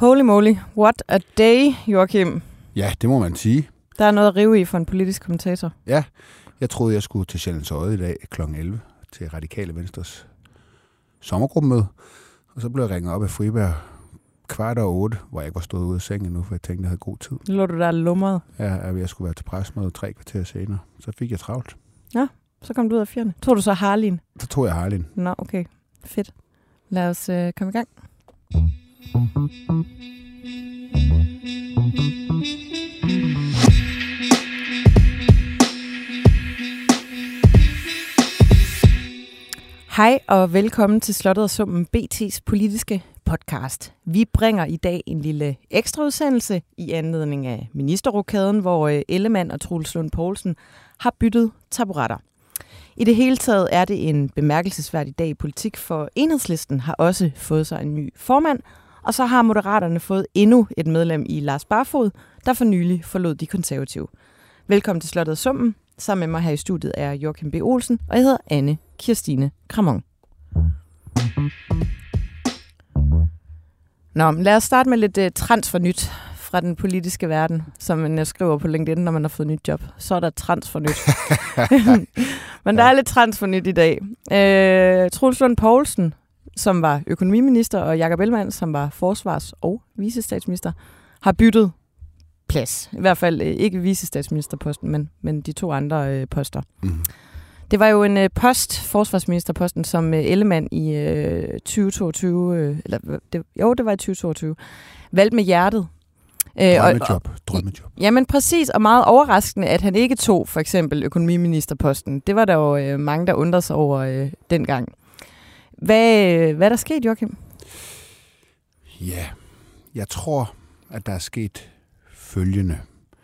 Holy moly, what a day, Joachim. Ja, det må man sige. Der er noget at rive i for en politisk kommentator. Ja, jeg troede, jeg skulle til Sjællands Odde i dag kl. 11 til Radikale Venstres sommergruppemøde. Og så blev jeg ringet op af Friberg 7:15, hvor jeg ikke var stået ude af sengen nu, for jeg tænkte, jeg havde god tid. Lå du der lumret? Ja, jeg skulle være til pressemøde 3 kvarter senere. Så fik jeg travlt. Ja, så kom du ud af fjerne. Tog du så Harlin? Så tog jeg Harlin. Nå, okay. Fedt. Lad os komme i gang. Hej og velkommen til Slottet og Summen, BT's politiske podcast. Vi bringer i dag en lille ekstraudsendelse i anledning af ministerrokaden, hvor Ellemann og Troels Lund Poulsen har byttet taburetter. I det hele taget er det en bemærkelsesværdig dag i politik, for Enhedslisten har også fået sig en ny formand, og så har Moderaterne fået endnu et medlem i Lars Barfod, der for nylig forlod de konservative. Velkommen til Slottet og Summen. Sammen med mig her i studiet er Joachim B. Olsen, og jeg hedder Anne Kirstine Kramon. Nå, lad os starte med lidt transfernyt fra den politiske verden, som man skriver på LinkedIn, når man har fået nyt job. Så er der transfernyt. Men der er lidt transfernyt i dag. Troels Lund Poulsen, som var økonomiminister, og Jakob Ellemann, som var forsvars- og vicestatsminister, har byttet plads. I hvert fald ikke vicestatsministerposten, men de to andre poster. Mm. Det var jo en forsvarsministerposten, som Ellemann i 2022, det var i 2022, valgte med hjertet. Drømmejob. Jamen præcis, og meget overraskende, at han ikke tog for eksempel økonomiministerposten. Det var der jo mange, der undrede sig over dengang. Hvad er der sket, Joachim? Ja, jeg tror, at der er sket følgende.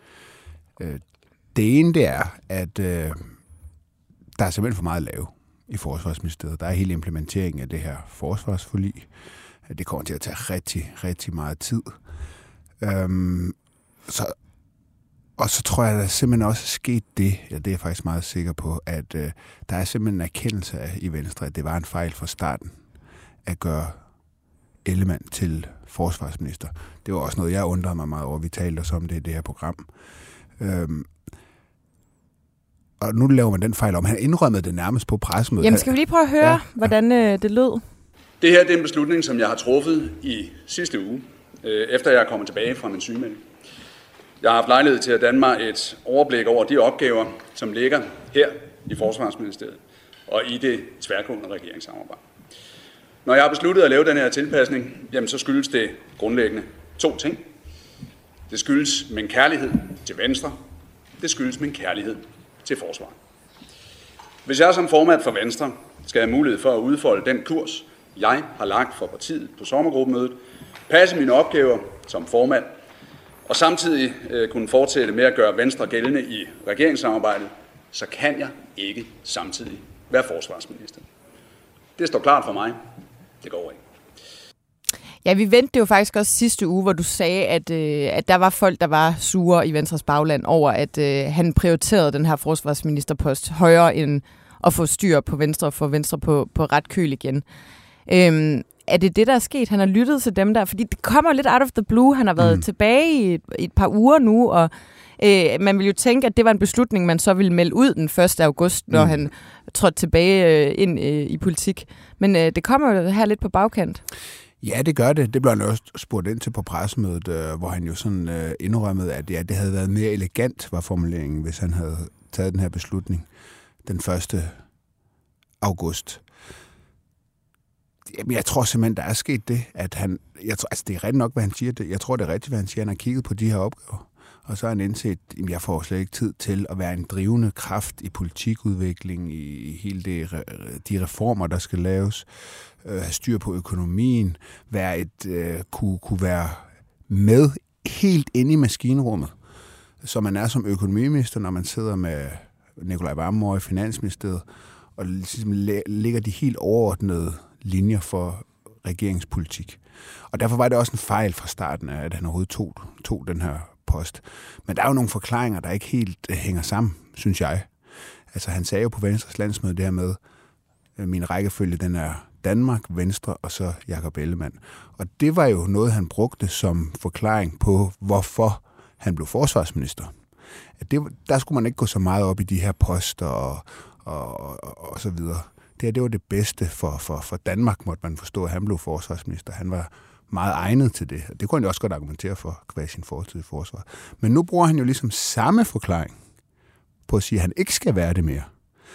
Det ene, det er, at der er simpelthen for meget at lave i Forsvarsministeriet. Der er hele implementeringen af det her forsvarsforlig. Det kommer til at tage rigtig, rigtig meget tid. Så tror jeg, at der simpelthen også er sket det, ja, det er jeg faktisk meget sikker på, at der er simpelthen en erkendelse af i Venstre, at det var en fejl fra starten at gøre Ellemann til forsvarsminister. Det var også noget, jeg undrede mig meget over. Vi talte også om det i det her program. Og nu laver man den fejl om. Han indrømmede det nærmest på pressemødet. Jamen skal vi lige prøve at høre, hvordan det lød? Det her det er en beslutning, som jeg har truffet i sidste uge, efter jeg er kommet tilbage fra min sygemelding. Jeg har haft lejlighed til at danne mig et overblik over de opgaver, som ligger her i Forsvarsministeriet og i det tværgående regeringssamarbejde. Når jeg har besluttet at lave den her tilpasning, jamen så skyldes det grundlæggende to ting. Det skyldes min kærlighed til Venstre. Det skyldes min kærlighed til forsvaret. Hvis jeg som formand for Venstre skal have mulighed for at udfolde den kurs, jeg har lagt for partiet på sommergruppemødet, passe mine opgaver som formand, og samtidig kunne fortsætte med at gøre Venstre gældende i regeringssamarbejdet, så kan jeg ikke samtidig være forsvarsminister. Det står klart for mig. Det går ikke. Ja, vi vendte det jo faktisk også sidste uge, hvor du sagde, at der var folk, der var sure i Venstres bagland over, at han prioriterede den her forsvarsministerpost højere end at få styr på Venstre og få Venstre på ret køl igen. Er det det, der er sket? Han har lyttet til dem der, fordi det kommer lidt out of the blue. Han har været tilbage i et par uger nu, og man ville jo tænke, at det var en beslutning, man så ville melde ud den 1. august, når han trådte tilbage ind i politik. Men det kommer jo her lidt på bagkant. Ja, det gør det. Det blev han også spurgt ind til på pressemødet, hvor han jo sådan indrømmede, at det havde været mere elegant, var formuleringen, hvis han havde taget den her beslutning den 1. august. Jamen, jeg tror simpelthen, der er sket det, at han... det er rigtigt nok, hvad han siger. Jeg tror, det er rigtigt, hvad han siger. Han har kigget på de her opgaver, og så har han indset, at jeg får slet ikke tid til at være en drivende kraft i politikudvikling, i hele de reformer, der skal laves, have styr på økonomien, kunne være med helt inde i maskinrummet, som man er som økonomiminister, når man sidder med Nicolai Wammen over i Finansministeriet, og ligesom ligger de helt overordnede linjer for regeringspolitik. Og derfor var det også en fejl fra starten af, at han overhovedet tog den her post. Men der er jo nogle forklaringer, der ikke helt hænger sammen, synes jeg. Altså han sagde jo på Venstres landsmøde det her med, min rækkefølge, den Danmark, Venstre og så Jakob Ellemann. Og det var jo noget, han brugte som forklaring på, hvorfor han blev forsvarsminister. Der skulle man ikke gå så meget op i de her poster og så videre. Det var det bedste for Danmark, måtte man forstå, at han blev forsvarsminister. Han var meget egnet til det. Det kunne han jo også godt argumentere for, qua sin fortid i forsvar. Men nu bruger han jo ligesom samme forklaring på at sige, at han ikke skal være det mere.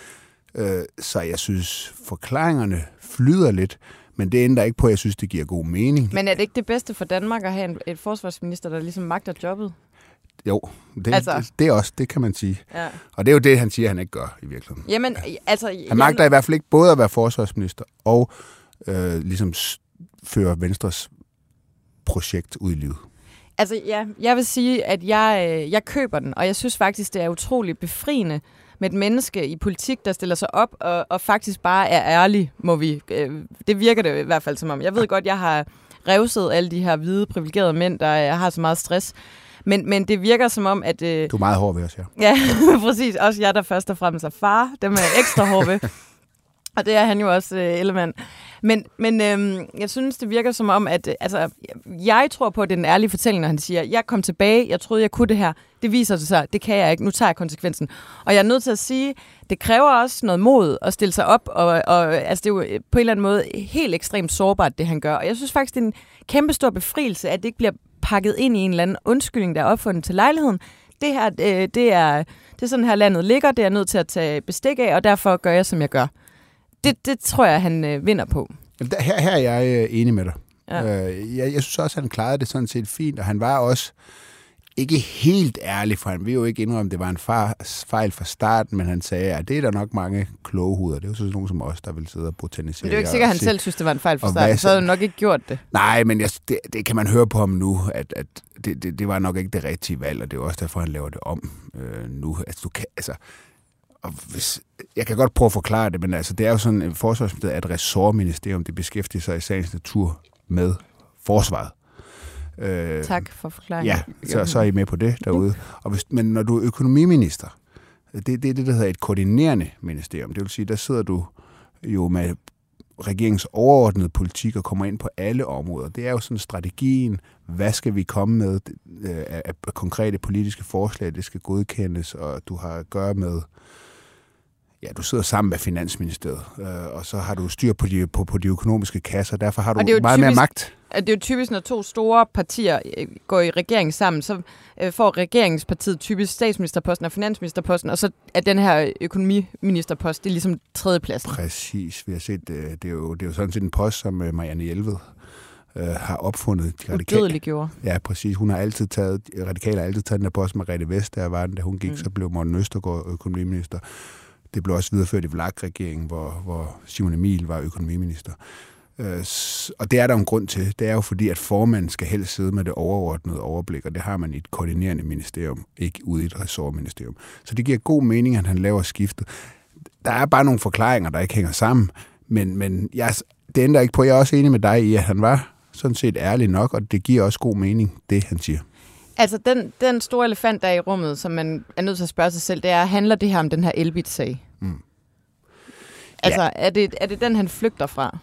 Så jeg synes, forklaringerne flyder lidt, men det ændrer ikke på, at jeg synes, det giver god mening. Men er det ikke det bedste for Danmark at have et forsvarsminister, der ligesom magter jobbet? Jo, det er også, det kan man sige. Ja. Og det er jo det, han siger, han ikke gør i virkeligheden. Jamen, altså... Han magter i hvert fald ikke både at være forsvarsminister og ligesom føre Venstres projekt ud i livet. Altså, ja, jeg vil sige, at jeg køber den, og jeg synes faktisk, det er utroligt befriende med et menneske i politik, der stiller sig op og faktisk bare er ærlig, må vi. Det virker det i hvert fald som om. Jeg ved godt, jeg har revset alle de her hvide, privilegerede mænd, der har så meget stress. Men det virker som om, at... Du er meget hård ved os, ja. Ja, præcis. Også jeg, der først og fremmest er far. Dem er ekstra hård ved. Og det er han jo også, Ellemann. Men jeg synes, det virker som om, at jeg tror på, at det er den ærlige fortælling, når han siger, jeg kom tilbage, jeg troede, jeg kunne det her. Det viser sig, det kan jeg ikke. Nu tager jeg konsekvensen. Og jeg er nødt til at sige, det kræver også noget mod at stille sig op. Og altså, det er jo på en eller anden måde helt ekstremt sårbart, det han gør. Og jeg synes faktisk, det er en kæmpe stor befrielse, at det ikke bliver pakket ind i en eller anden undskyldning, der er opfundet til lejligheden. Det her, det er sådan her landet ligger, det er jeg nødt til at tage bestik af, og derfor gør jeg, som jeg gør. Det tror jeg, han vinder på. Her er jeg enig med dig. Ja. Jeg synes også, han klarede det sådan set fint, og han var også ikke helt ærlig, for han vil jo ikke indrømme, at det var en fejl fra starten, men han sagde, at det er der nok mange kloge hoveder. Det er jo sådan nogen som os, der vil sidde og botanisere. Men det er jo ikke sikkert, at han selv synes, det var en fejl fra starten, så havde han nok ikke gjort det. Nej, men det kan man høre på ham nu, at det var nok ikke det rigtige valg, og det er også derfor, han laver det om nu. Og jeg kan godt prøve at forklare det, men altså, det er jo sådan, en forsvarsministerium er et ressortministerium, det beskæftiger sig i sagens natur med forsvaret. Tak for forklaringen. Ja, så er I med på det derude. Men når du er økonomiminister, det er det, der hedder et koordinerende ministerium. Det vil sige, der sidder du jo med regeringens overordnede politik og kommer ind på alle områder. Det er jo sådan strategien, hvad skal vi komme med af konkrete politiske forslag, det skal godkendes, og du har at gøre med, ja, du sidder sammen med Finansministeriet, og så har du styr på de økonomiske kasser, derfor har du meget mere magt. Det er jo typisk, når to store partier går i regering sammen, så får regeringspartiet typisk statsministerposten og finansministerposten, og så er den her økonomiministerpost, det er ligesom tredjepladsen. Præcis. Vi har set, det er jo sådan set en post, som Marianne Jelved har opfundet. Udødeliggjorde. Ja, præcis. Radikale har altid taget den her post. Margrethe Vestager var den, da hun gik, så blev Morten Østergaard økonomiminister. Det blev også videreført i VLAK-regeringen, hvor Simon Emil var økonomiminister. Og det er der en grund til. Det er jo fordi, at formanden skal helst sidde med det overordnede overblik, og det har man i et koordinerende ministerium, ikke ude i et ressortministerium. Så det giver god mening, at han laver skiftet. Der er bare nogle forklaringer, der ikke hænger sammen, men det ændrer ikke på. Jeg er også enig med dig i, at han var sådan set ærlig nok, og det giver også god mening, det han siger. Altså, den store elefant, der er i rummet, som man er nødt til at spørge sig selv, det er, handler det her om den her Elbit-sag? Mm. Altså, ja. Er det den, han flygter fra?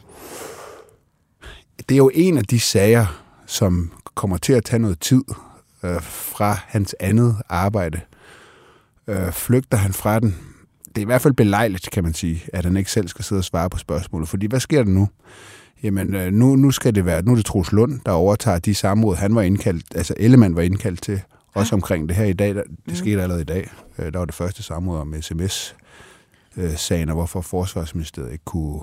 Det er jo en af de sager, som kommer til at tage noget tid fra hans andet arbejde. Flygter han fra den? Det er i hvert fald belejligt, kan man sige, at han ikke selv skal sidde og svare på spørgsmålet. Fordi hvad sker der nu? Jamen, nu er det Troels Lund, der overtager de samråd, han var indkaldt, altså Ellemann var indkaldt til, også omkring det her i dag. Det skete allerede i dag. Der var det første samråd om sms-sagen, og hvorfor Forsvarsministeriet ikke kunne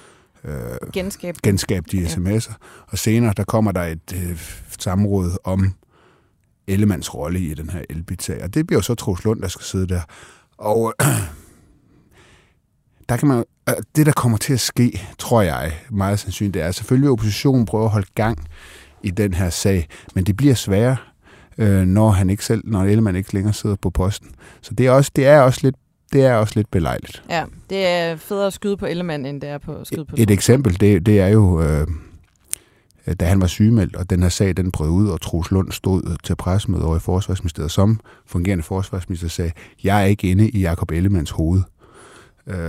genskabe de sms'er. Og senere, der kommer der et samråd om Ellemanns rolle i den her Elbit-sag. Og det bliver jo så Troels Lund, der skal sidde der. Og der kan man, det, der kommer til at ske, tror jeg, meget sandsynligt, det er selvfølgelig, at oppositionen prøver at holde gang i den her sag, men det bliver sværere, når Ellemann ikke længere sidder på posten. Så det er også lidt belejligt. Ja, det er federe at skyde på Ellemann, end det er på at skyde på... Et eksempel, det er jo, da han var sygemeldt, og den her sag, den brød ud, og Troels Lund stod til pressemøde over i Forsvarsministeriet, som fungerende forsvarsminister sagde, jeg er ikke inde i Jakob Ellemanns hoved.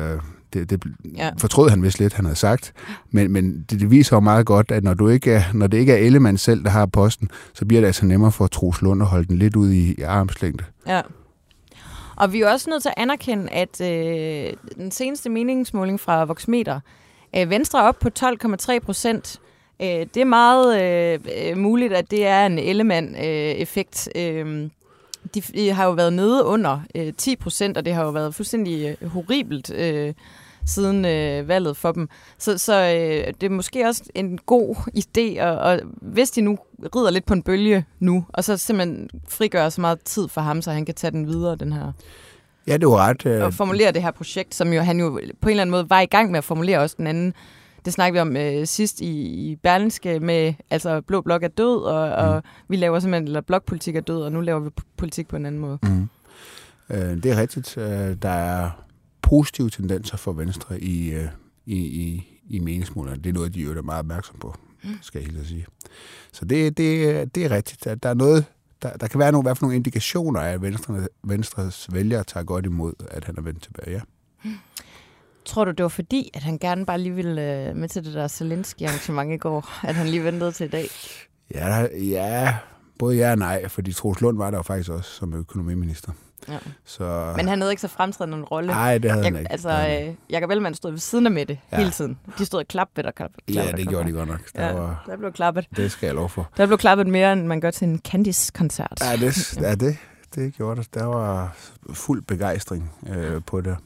Det fortrød han vist lidt, han havde sagt. Men det viser jo meget godt, at når det ikke er Ellemann selv, der har posten, så bliver det altså nemmere for Troels Lund at holde den lidt ud i armslængde. Ja. Og vi er også nødt til at anerkende, at den seneste meningsmåling fra Voxmeter, Venstre op på 12,3%. Det er meget muligt, at det er en Ellemann-effekt. De har jo været nede under 10%, og det har jo været fuldstændig horribelt siden valget for dem. Så det er måske også en god idé, og hvis de nu rider lidt på en bølge nu, og så simpelthen frigør så meget tid for ham, så han kan tage den videre, den her. Ja, det var ret. Og formulere det her projekt, som jo han jo på en eller anden måde var i gang med at formulere også den anden. Det snakkede vi om sidst i Berlingske med, altså Blå Blok er død, og vi laver simpelthen, eller blokpolitik er død, og nu laver vi politik på en anden måde. Det er rigtigt. Der er positive tendenser for Venstre i meningsmålene. Det er noget, de er meget opmærksom på, skal jeg helt sige. Så det er rigtigt. Der er noget, der kan være i hvert fald nogle indikationer af, at Venstres vælgere tager godt imod, at han er vendt tilbage. Ja. Tror du, det var fordi, at han gerne bare lige ville med til det der Zelensky-arrangement i går, at han lige ventede til i dag? Ja, både ja og nej, fordi Troels Lund var der jo faktisk også som økonomiminister. Ja. Så... Men han havde ikke så fremtrædende en rolle. Nej, det havde han ikke. Altså, Jakob Ellemann stod ved siden af Mette hele tiden. De stod og klappede og klappede. Ja, det gjorde de godt nok. Der blev klappet. Det skal jeg lov for. Der blev klappet mere, end man gør til en Candice-koncert. Ja, det gjorde det. Der var fuld begejstring på det.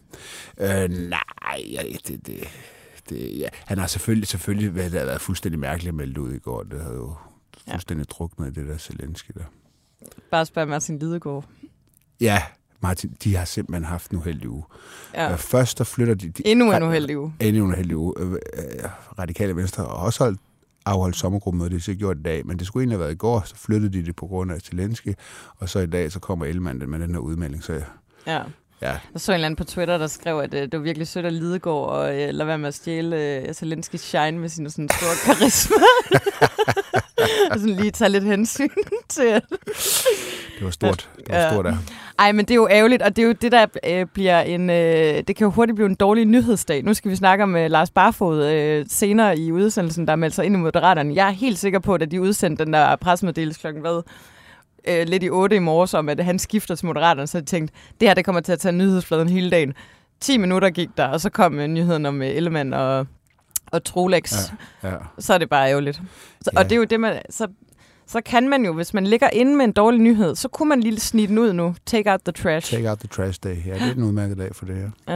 Han har selvfølgelig været fuldstændig mærkeligt at melde ud i går. Det havde jo fuldstændig druknet i det der Zelensky der. Bare spørg Martin Lidegaard. Ja, Martin, de har simpelthen haft en uheldig uge. Ja. Først der flytter de... Endnu en uheldig uge. Radikale Venstre har også afholdt sommergruppemøde, det er så gjort i dag, men det skulle egentlig have været i går, så flyttede de det på grund af Zelensky, og så i dag, så kommer Ellemann med den her udmelding, så ja. Der så en eller anden på Twitter, der skrev, at det var virkelig sødt at Lidegaard og lade være med at stjæle Zelensky's shine med sin sådan store karisma. Og sådan lige tage lidt hensyn til det. Det var stort. Der. Ej, men det er jo ærgerligt, og det er jo det, der bliver en... det kan jo hurtigt blive en dårlig nyhedsdag. Nu skal vi snakke om Lars Barfoed senere i udsendelsen, der melder sig ind i Moderaterne. Jeg er helt sikker på, at de udsendte den der pressemeddelelse klokken lidt i 8 i morges om, at han skifter til Moderaterne, så jeg tænkte, det her det kommer til at tage nyhedsfladen hele dagen. 10 minutter gik der, og så kom nyheden om Ellemann og Trolex. Ja. Så er det bare ærgerligt. Og det er jo det, man... Så kan man jo, hvis man ligger inde med en dårlig nyhed, så kunne man lige snige den ud nu. Take out the trash. Take out the trash day. Ja, det er en udmærket dag for det her. Ja.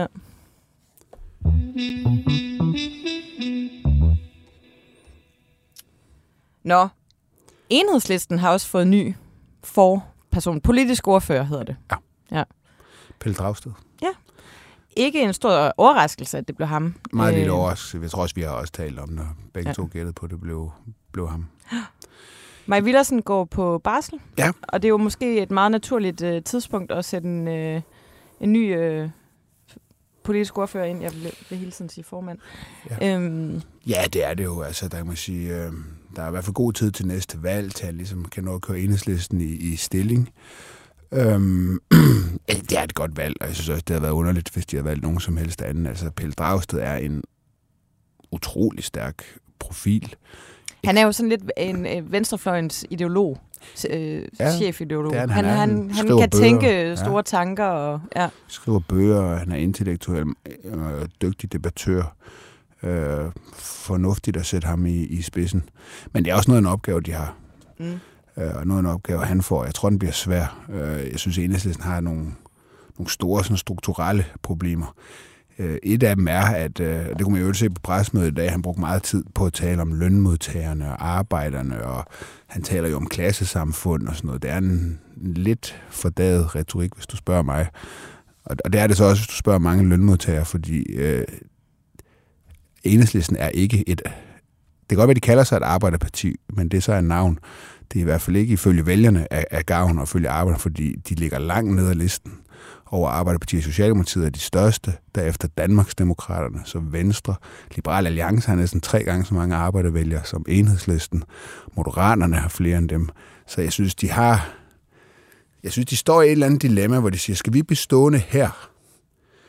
Nå. Enhedslisten har også fået ny forperson. Politisk ordfører hedder det. Ja. Pelle Dragsted. Ja. Ikke en stor overraskelse, at det blev ham. Meget lidt overraskelse. Jeg tror også, vi har også talt om, når begge to gættede på, det blev ham. Maja Villersen går på barsel, ja. Og det er jo måske et meget naturligt tidspunkt at sætte en ny politisk ordfører ind. Jeg vil hele tiden sige formand. Ja. Ja, det er det jo. Altså, der kan man sige, der er i hvert fald god tid til næste valg, til at ligesom kan nå at køre Enhedslisten i stilling. Det er et godt valg, og jeg synes også, det har været underligt, hvis de har valgt nogen som helst anden. Altså, Pelle Dragsted er en utrolig stærk profil. Han er jo sådan lidt en venstrefløjens ideolog, chefideolog. Han kan bøger, tænke store tanker. Og, skriver bøger, og han er intellektuel, dygtig debattør. Fornuftigt at sætte ham i spidsen. Men det er også noget af en opgave, de har. Og noget af en opgave, han får. Jeg tror, den bliver svær. Jeg synes, Enhedslisten har nogle store sådan, strukturelle problemer. Et af dem er, at det kunne man jo se på pressemødet i dag, han brugte meget tid på at tale om lønmodtagerne og arbejderne, og han taler jo om klassesamfund og sådan noget. Det er en lidt fordaget retorik, hvis du spørger mig. Og det er det så også, hvis du spørger mange lønmodtagere, fordi Enhedslisten er ikke et... Det kan godt være, de kalder sig et arbejderparti, men det er så et navn. Det er i hvert fald ikke ifølge vælgerne af gavn og ifølge arbejder, fordi de ligger langt ned ad listen over Arbejderpartiet. Socialdemokratiet er de største, derefter Danmarksdemokraterne, som Venstre. Liberal Alliance har næsten 3 gange så mange arbejdervælgere som Enhedslisten. Moderaterne har flere end dem. Så jeg synes, de står i et eller andet dilemma, hvor de siger, skal vi blive stående her?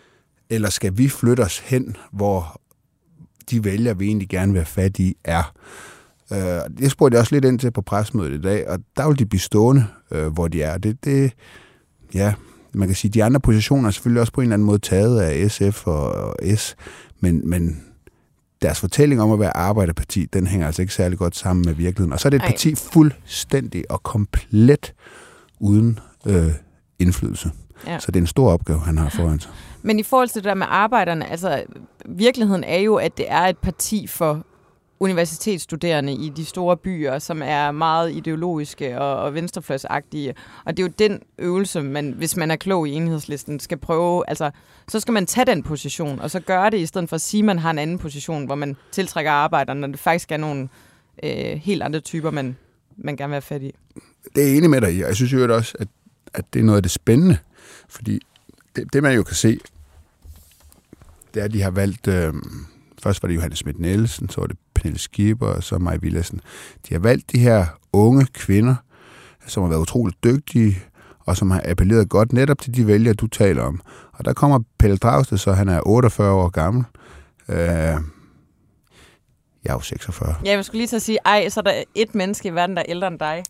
eller skal vi flytte os hen, hvor de vælgere, vi egentlig gerne vil have fat i, er? Det spurgte jeg også lidt ind til på pressemødet i dag, og der vil de blive stående, hvor de er. Ja, man kan sige, de andre positioner er selvfølgelig også på en eller anden måde taget af SF og S, men deres fortælling om at være arbejderparti, den hænger altså ikke særlig godt sammen med virkeligheden. Og så er det et parti fuldstændig og komplet uden indflydelse. Ja. Så det er en stor opgave, han har foran sig. Men i forhold til det der med arbejderne, altså virkeligheden er jo, at det er et parti for universitetsstuderende i de store byer, som er meget ideologiske og venstrefløjsagtige. Og det er jo den øvelse, man, hvis man er klog i Enhedslisten, skal prøve. Altså, så skal man tage den position, og så gøre det, i stedet for at sige, at man har en anden position, hvor man tiltrækker arbejderne, når det faktisk er nogle helt andre typer, man gerne vil have fat i. Det er jeg enig med dig i, og jeg synes jo også, at det er noget af det spændende. Fordi det man jo kan se, det er, at de har valgt... Først var det Johanne Schmidt-Nielsen, så var det Pernille Skipper, og så Mai Villadsen. De har valgt de her unge kvinder, som har været utroligt dygtige, og som har appelleret godt netop til de vælgere, du taler om. Og der kommer Pelle Dragsted, så han er 48 år gammel. Jeg er jo 46. Ja, jeg skulle lige til at sige, så er der et menneske i verden, der er ældre end dig.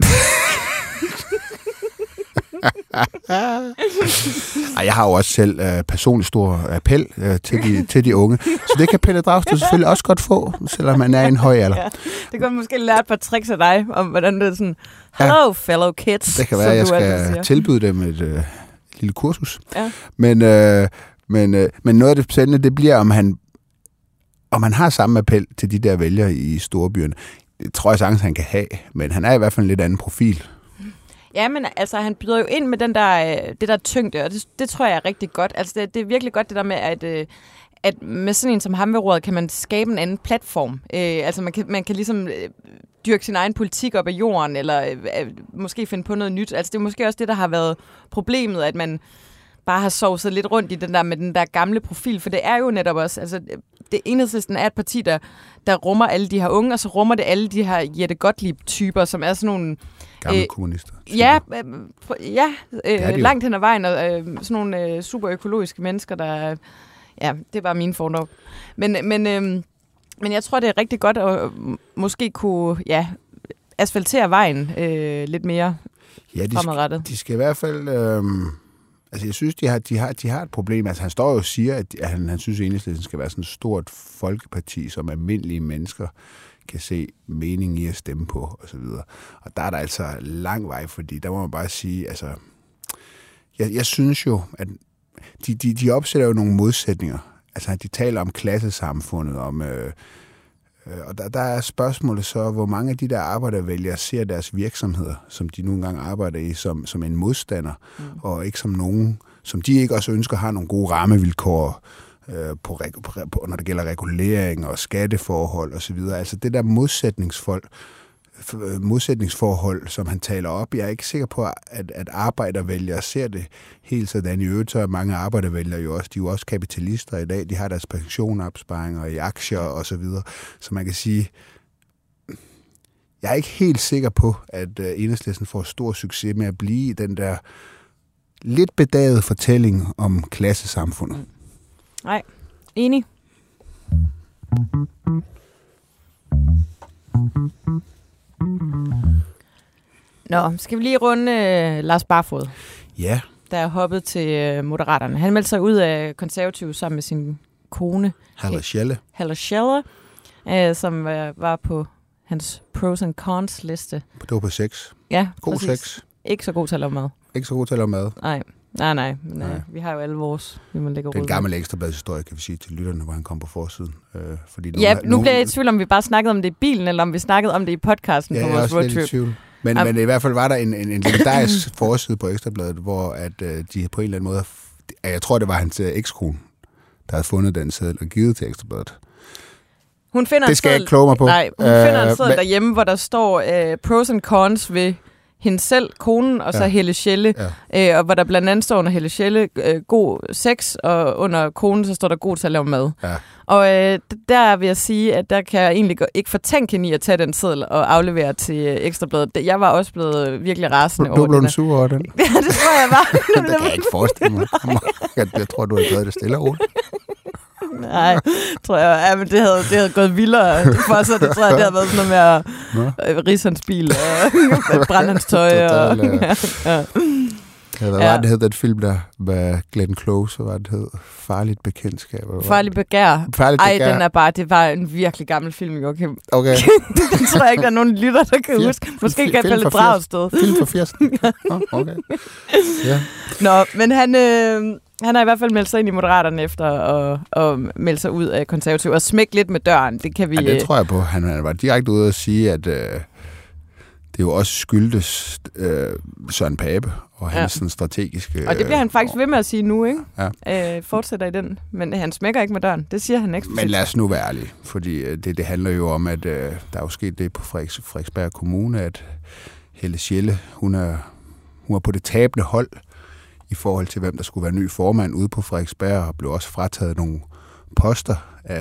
Jeg har jo også selv personligt stor appel til de unge. Så det kan Pelle Dragsted selvfølgelig også godt få, selvom man er i en høj alder. Ja, det kan måske lære et par tricks af dig, om hvordan det er sådan, hello fellow kids. Det kan være, at jeg skal tilbyde dem et lille kursus. Ja. Men noget af det spændende, det bliver, om han har samme appel til de der vælgere i storbyerne. Det tror jeg sagtens, han kan have, men han er i hvert fald en lidt anden profil. Ja, men altså, han byder jo ind med det der tyngde, og det tror jeg er rigtig godt. Altså, det er virkelig godt det der med, at med sådan en som ham ved roret, kan man skabe en anden platform. Altså, man kan ligesom dyrke sin egen politik op af jorden, eller måske finde på noget nyt. Altså, det er måske også det, der har været problemet, at man bare har sovset lidt rundt i den der gamle profil, for det er jo netop også, altså, Enhedslisten er et parti, der rummer alle de her unge, og så rummer det alle de her Jette Gottlieb-typer, som er sådan nogle... Gamle kommunister. Langt hen ad vejen, og sådan nogle super økologiske mennesker, der... Ja, det var min fordom. Men jeg tror, det er rigtig godt at måske kunne asfaltere vejen lidt mere fremadrettet. De skal i hvert fald... Altså, jeg synes, de har et problem. Altså, han står jo og siger, at han synes, at Enhedslisten skal være sådan et stort folkeparti, som almindelige mennesker kan se mening i at stemme på, og så videre. Og der er der altså lang vej, fordi der må man bare sige, altså... Jeg synes jo, at de opsætter jo nogle modsætninger. Altså, de taler om klassesamfundet, og der er spørgsmålet så, hvor mange af de der arbejdervælgere ser deres virksomheder, som de nogle gange arbejder i, som en modstander, og ikke som nogen, som de ikke også ønsker har nogle gode rammevilkår, når det gælder regulering og skatteforhold osv. Altså det der modsætningsforhold, som han taler op, jeg er ikke sikker på, at arbejdervælgere ser det helt sådan. I øvrigt så er mange arbejdervælgere jo også, de er jo også kapitalister i dag, de har deres pensionopsparinger i aktier og så videre. Så man kan sige, jeg er ikke helt sikker på, at Enhedslisten får stor succes med at blive den der lidt bedagede fortælling om klassesamfundet. Nej, enig. Nå, skal vi lige runde Lars Barfod? Ja. Der er hoppet til Moderaterne. Han meldte sig ud af Konservative sammen med sin kone. Halla Schelle, som var på hans pros and cons liste. Det var på 6. Ja, god præcis. 6. Ikke så god til at lave mad. Ikke så god til at lave mad. Nej. Vi har jo alle vores, vi må lægge råd. Den gamle ekstrabladshistorie, kan vi sige til lytterne, hvor han kom på forsiden. Fordi nu bliver jeg i tvivl, om vi bare snakkede om det i bilen, eller om vi snakkede om det i podcasten på vores roadtrip. Men i hvert fald var der en legendarisk forside på Ekstrabladet, hvor at de på en eller anden måde, jeg tror det var hans ekskone, der havde fundet den seddel og givet til Ekstrabladet. Hun finder det skal jeg ikke kloge mig på. Nej, hun finder en seddel derhjemme, hvor der står pros and cons ved hende selv, konen, og så Helle Schelle. Ja. Og hvor der blandt andet står under Helle Schelle god sex, og under konen, så står der god til at lave mad. Ja. Og der vil jeg sige, at der kan jeg egentlig ikke fortænke hende i at tage den seddel og aflevere til Ekstrabladet. Jeg var også blevet virkelig rasende over det. Du blev sur over den? Ja, det tror jeg var. Det kan jeg ikke forestille mig. Jeg tror, du har taget det stille og roligt. Nej, tror jeg. Ja, men det havde gået vildere for så. Det tror jeg, det havde været sådan noget med at ridse hans bil og brænde hans tøj. Hvad var det hed, den film der med Glenn Close, hvad det hed? Farligt bekendtskab. Farligt begær. Det var en virkelig gammel film, Joachim. Okay. Den tror jeg ikke, der er nogen lytter, der kan huske. Måske kan Pelle Dragsted. Film for 80'erne. Okay. Ja. Nå, men han har i hvert fald meldt sig ind i Moderaterne efter at melde sig ud af Konservativ og smække lidt med døren. Det kan vi... Ja, det tror jeg på. Han var direkte ude at sige, at det jo også skyldtes Søren Pape og hans sådan strategiske... Og det bliver han faktisk ved med at sige nu, ikke? Ja. Fortsætter i den. Men han smækker ikke med døren. Det siger han eksplicit. Men lad os nu være ærlige, fordi det handler jo om, at der er jo sket det på Frederiksberg Kommune, at Helle Schelle, hun er på det tabende hold i forhold til, hvem der skulle være ny formand ude på Frederiksberg, og blev også frataget nogle poster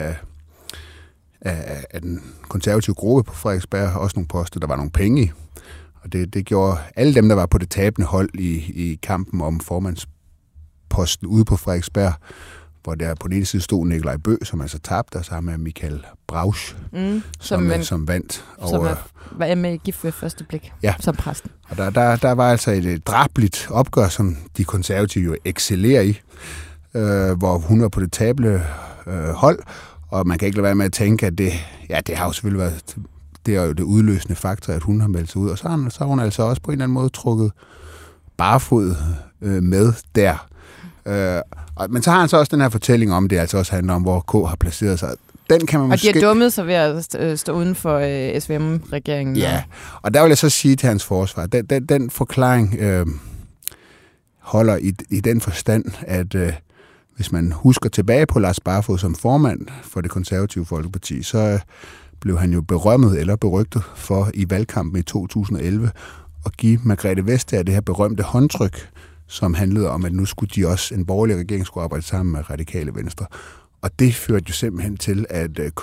af den konservative gruppe på Frederiksberg, også nogle poster, der var nogle penge i. Og det gjorde alle dem, der var på det tabende hold i kampen om formandsposten ude på Frederiksberg, hvor der på den ene side stod Nikolaj Bø, som altså tabte, og sammen med Michael Brausch, som vandt. Som var med i Gift ved første blik, som præsten. Og der var altså et drabligt opgør, som de konservative jo excellerer i, hvor hun var på det tabende hold, og man kan ikke lade være med at tænke, at det har jo selvfølgelig været... Det er jo det udløsende faktor, at hun har meldt sig ud. Og så har hun altså også på en eller anden måde trukket barefod med der. Men så har han så også den her fortælling om, det altså også handler om, hvor K har placeret sig. Den kan man måske... Og de har dummet sig ved at stå uden for SVM-regeringen. Ja, og der vil jeg så sige til hans forsvar, den forklaring holder i den forstand, at hvis man husker tilbage på Lars Barfod som formand for det konservative Folkeparti, så blev han jo berømmet eller berygtet for i valgkampen i 2011 at give Margrethe Vestager det her berømte håndtryk, som handlede om, at nu skulle en borgerlig regering skulle arbejde sammen med Radikale Venstre. Og det førte jo simpelthen til, at K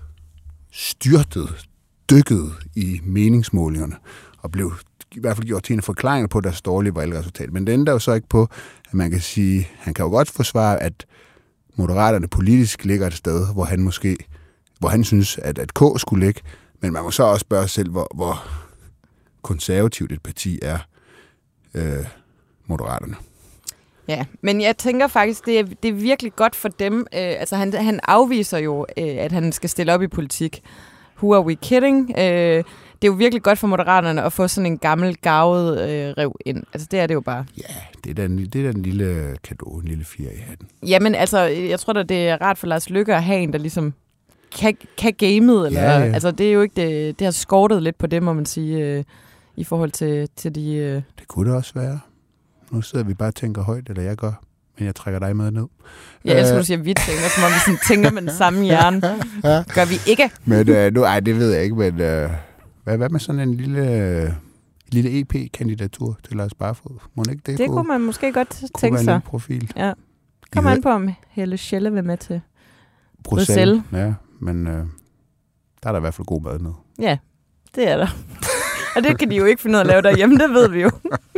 dykkede i meningsmålingerne og blev i hvert fald gjort til en forklaring på deres dårlige valgresultat. Men det ændrer jo så ikke på, at man kan sige, han kan jo godt forsvare, at Moderaterne politisk ligger et sted, hvor han synes, at K skulle ligge, men man må så også spørge selv, hvor konservativt et parti er Moderaterne. Ja, men jeg tænker faktisk, det er virkelig godt for dem. Altså han afviser jo, at han skal stille op i politik. Who are we kidding? Det er jo virkelig godt for Moderaterne at få sådan en gammel, garvet rev ind. Altså det er det jo bare. Ja, det er den lille cadeau, en lille fjer i hatten. Jamen altså, jeg tror da, det er rart for Lars Løkke at have en, der ligesom kan gamet, eller altså det er jo ikke det har skortet lidt på det, må man sige, i forhold til de... Det kunne det også være. Nu sidder vi bare og tænker højt, eller jeg gør, men jeg trækker dig med ned. Ja, jeg skulle sige, at vi tænker, som om vi sådan tænker med den samme hjerne. Gør vi ikke? Men det ved jeg ikke, men hvad med sådan en lille EP-kandidatur til Lars Barfod? Må ikke det kunne man måske godt tænke sig. Kunne være en profil. Ja. Kom an på, om Helle Schelle vil med til Bruxelles. Ja, men der er der i hvert fald god mad med. Ja, det er der. Og det kan de jo ikke finde ud af at lave derhjemme, det ved vi jo.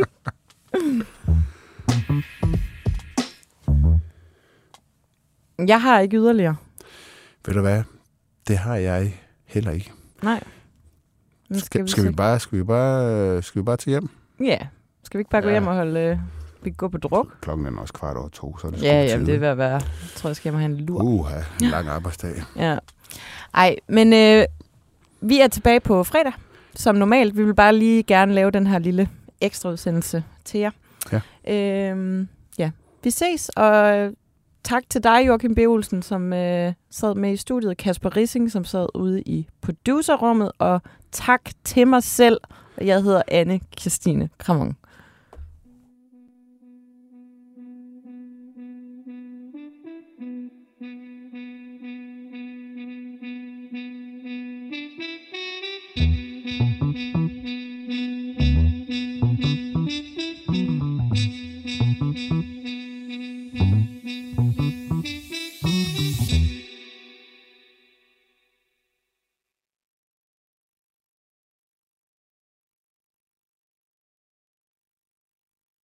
Jeg har ikke yderligere. Ved du hvad? Det har jeg heller ikke. Nej. Skal vi bare til hjem? Ja. Skal vi ikke bare gå hjem og holde... Vi går på druk? Klokken er også 2:15, så er det ja, det vil være... Jeg tror, jeg skal hjem og have en lur. En lang arbejdsdag. Ja. Ej, men vi er tilbage på fredag, som normalt. Vi vil bare lige gerne lave den her lille ekstra udsendelse til jer. Ja. Vi ses, og tak til dig, Joachim B. Olsen, som sad med i studiet, Kasper Rissing, som sad ude i producerrummet, og tak til mig selv. Jeg hedder Anne Kirstine Kramon. Thank you.